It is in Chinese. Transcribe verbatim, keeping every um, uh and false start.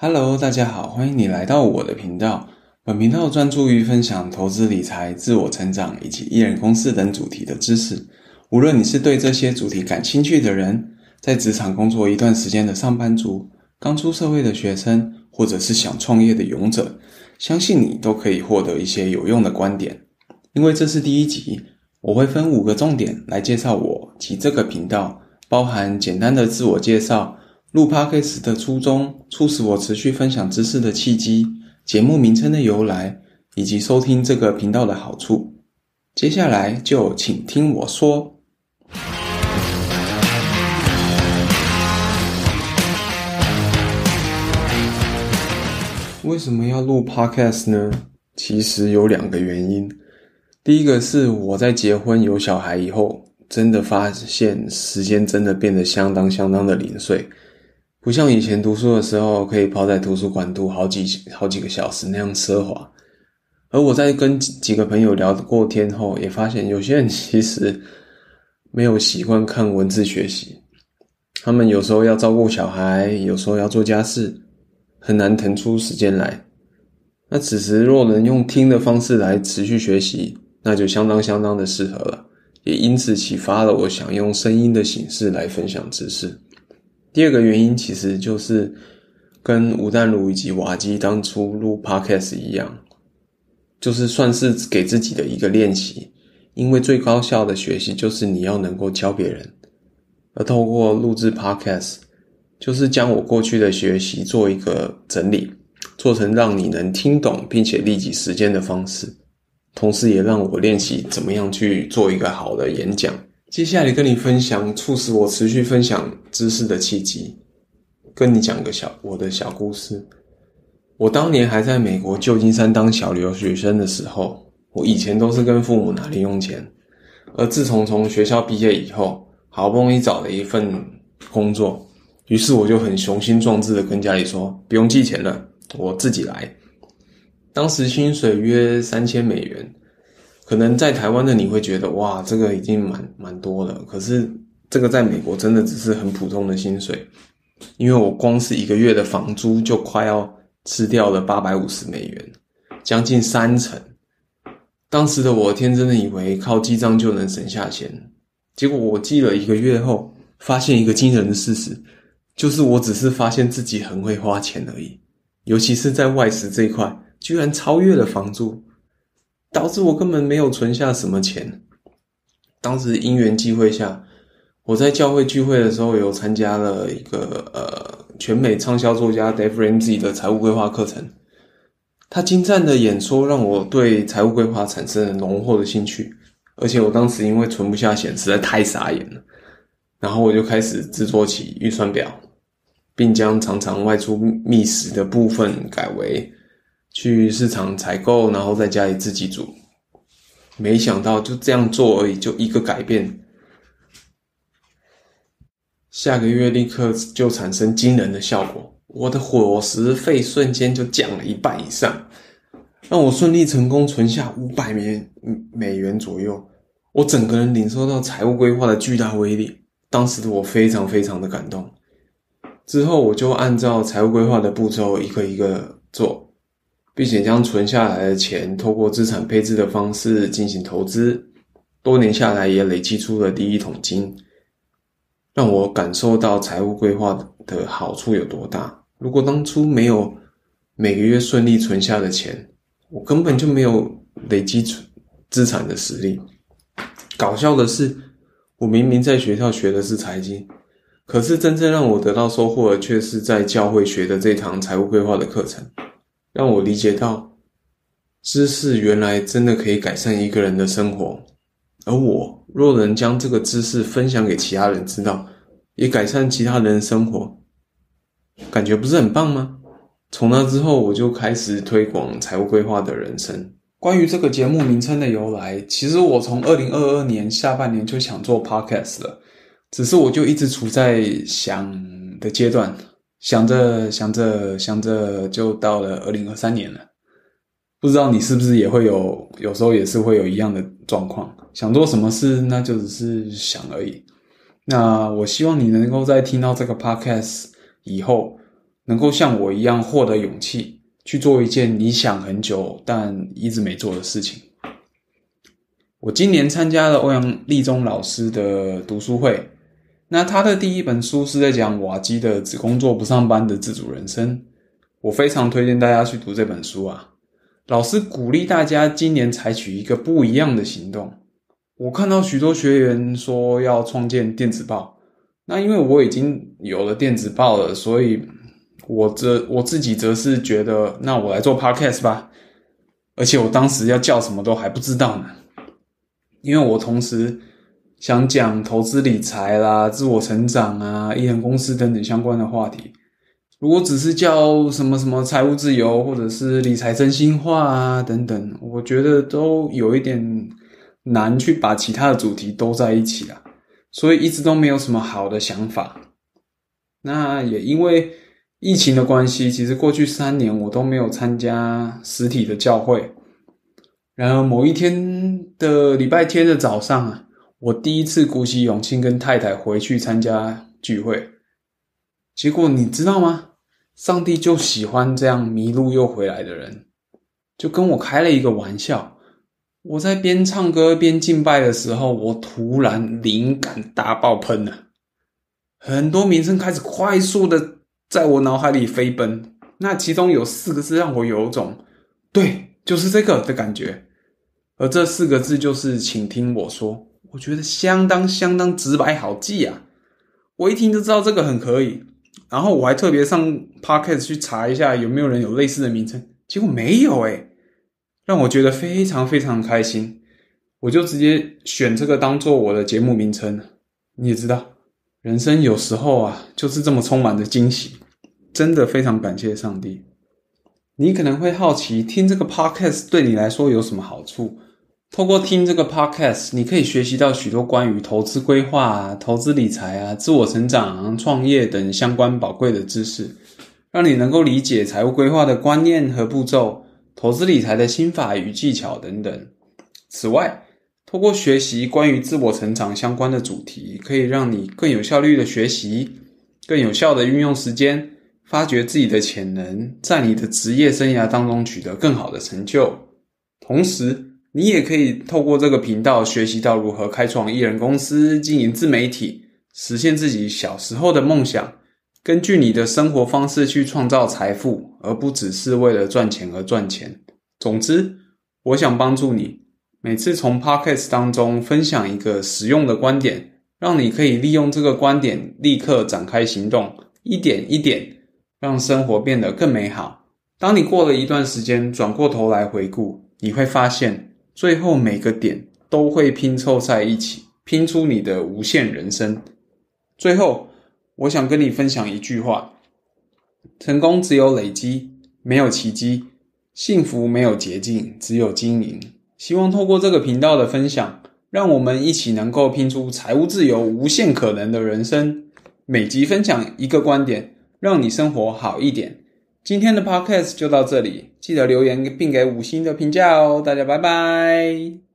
Hello， 大家好，欢迎你来到我的频道。本频道专注于分享投资理财、自我成长以及一人公司等主题的知识。无论你是对这些主题感兴趣的人，在职场工作一段时间的上班族，刚出社会的学生，或者是想创业的勇者，相信你都可以获得一些有用的观点。因为这是第一集，我会分五个重点来介绍我及这个频道，包含简单的自我介绍、录 Podcast 的初衷、促使我持续分享知识的契机、节目名称的由来，以及收听这个频道的好处。接下来就请听我说。为什么要录 Podcast 呢？其实有两个原因。第一个是我在结婚有小孩以后，真的发现时间真的变得相当相当的零碎。不像以前读书的时候可以泡在图书馆读好几好几个小时那样奢华。而我在跟几个朋友聊过天后，也发现有些人其实没有习惯看文字学习，他们有时候要照顾小孩，有时候要做家事，很难腾出时间来。那此时若能用听的方式来持续学习，那就相当相当的适合了，也因此启发了我想用声音的形式来分享知识。第二个原因其实就是跟吴淡如以及瓦基当初录 Podcast 一样，就是算是给自己的一个练习，因为最高效的学习就是你要能够教别人，而透过录制 Podcast 就是将我过去的学习做一个整理，做成让你能听懂并且立即实践的方式，同时也让我练习怎么样去做一个好的演讲。接下来跟你分享促使我持续分享知识的契机，跟你讲个小我的小故事。我当年还在美国旧金山当小留学生的时候，我以前都是跟父母拿零用钱，而自从从学校毕业以后，好不容易找了一份工作，于是我就很雄心壮志的跟家里说，不用寄钱了，我自己来。当时薪水约三千美元，可能在台湾的你会觉得哇，这个已经蛮蛮多了，可是这个在美国真的只是很普通的薪水，因为我光是一个月的房租就快要吃掉了八百五十美元，将近三成。当时的我天真的以为靠记账就能省下钱，结果我记了一个月后，发现一个惊人的事实，就是我只是发现自己很会花钱而已，尤其是在外食这一块，居然超越了房租，导致我根本没有存下什么钱。当时因缘际会下，我在教会聚会的时候有参加了一个呃全美畅销作家 Dave Ramsey 的财务规划课程。他精湛的演说让我对财务规划产生了浓厚的兴趣，而且我当时因为存不下钱实在太傻眼了，然后我就开始制作起预算表，并将常常外出觅食的部分改为去市场采购，然后在家里自己煮。没想到就这样做而已，就一个改变，下个月立刻就产生惊人的效果，我的伙食费瞬间就降了一半以上，让我顺利成功存下五百美元左右。我整个人领受到财务规划的巨大威力，当时的我非常非常的感动。之后我就按照财务规划的步骤一个一个做，并且将存下来的钱透过资产配置的方式进行投资，多年下来也累积出了第一桶金，让我感受到财务规划的好处有多大。如果当初没有每个月顺利存下的钱，我根本就没有累积资产的实力。搞笑的是，我明明在学校学的是财经，可是真正让我得到收获的却是在教会学的这堂财务规划的课程，让我理解到知识原来真的可以改善一个人的生活，而我若能将这个知识分享给其他人知道，也改善其他人的生活，感觉不是很棒吗？从那之后我就开始推广财务规划的人生。关于这个节目名称的由来，其实我从二零二二年下半年就想做 podcast 了，只是我就一直处在想的阶段，想着想着想着就到了二零二三年了。不知道你是不是也会有，有时候也是会有一样的状况，想做什么事那就只是想而已。那我希望你能够在听到这个 podcast 以后， 能够像我一样获得勇气，去做一件你想很久但一直没做的事情。我今年参加了欧阳立中老师的读书会，那他的第一本书是在讲瓦基的只工作不上班的自主人生，我非常推荐大家去读这本书啊。老师鼓励大家今年采取一个不一样的行动。我看到许多学员说要创建电子报，那因为我已经有了电子报了，所以我则我自己则是觉得那我来做 podcast 吧，而且我当时要叫什么都还不知道呢。因为我同时想讲投资理财啦、自我成长啊、艺人公司等等相关的话题。如果只是叫什么什么财务自由或者是理财真心话啊等等，我觉得都有一点难去把其他的主题都在一起啊，所以一直都没有什么好的想法。那也因为疫情的关系，其实过去三年我都没有参加实体的教会。然而某一天的礼拜天的早上啊，我第一次鼓起勇气跟太太回去参加聚会。结果你知道吗？上帝就喜欢这样迷路又回来的人，就跟我开了一个玩笑。我在边唱歌边敬拜的时候，我突然灵感大爆喷了，很多名声开始快速的在我脑海里飞奔。那其中有四个字让我有种对就是这个的感觉，而这四个字就是请听我说。我觉得相当相当直白好记啊，我一听就知道这个很可以。然后我还特别上 Podcast 去查一下有没有人有类似的名称，结果没有诶，让我觉得非常非常开心。我就直接选这个当做我的节目名称。你也知道，人生有时候啊就是这么充满着惊喜，真的非常感谢上帝。你可能会好奇，听这个 podcast 对你来说有什么好处？透过听这个 podcast， 你可以学习到许多关于投资规划啊、投资理财啊、自我成长、创业等相关宝贵的知识，让你能够理解财务规划的观念和步骤、投资理财的心法与技巧等等。此外，透过学习关于自我成长相关的主题，可以让你更有效率的学习，更有效的运用时间，发掘自己的潜能，在你的职业生涯当中取得更好的成就。同时，你也可以透过这个频道学习到如何开创艺人公司、经营自媒体，实现自己小时候的梦想，根据你的生活方式去创造财富，而不只是为了赚钱而赚钱。总之，我想帮助你，每次从 Podcast 当中分享一个实用的观点，让你可以利用这个观点立刻展开行动，一点一点让生活变得更美好。当你过了一段时间转过头来回顾，你会发现最后每个点都会拼凑在一起，拼出你的无限人生。最后，我想跟你分享一句话：成功只有累积，没有奇迹；幸福没有捷径，只有经营。希望透过这个频道的分享，让我们一起能够拼出财务自由、无限可能的人生。每集分享一个观点，让你生活好一点。今天的 podcast 就到这里，记得留言并给五星的评价哦，大家拜拜。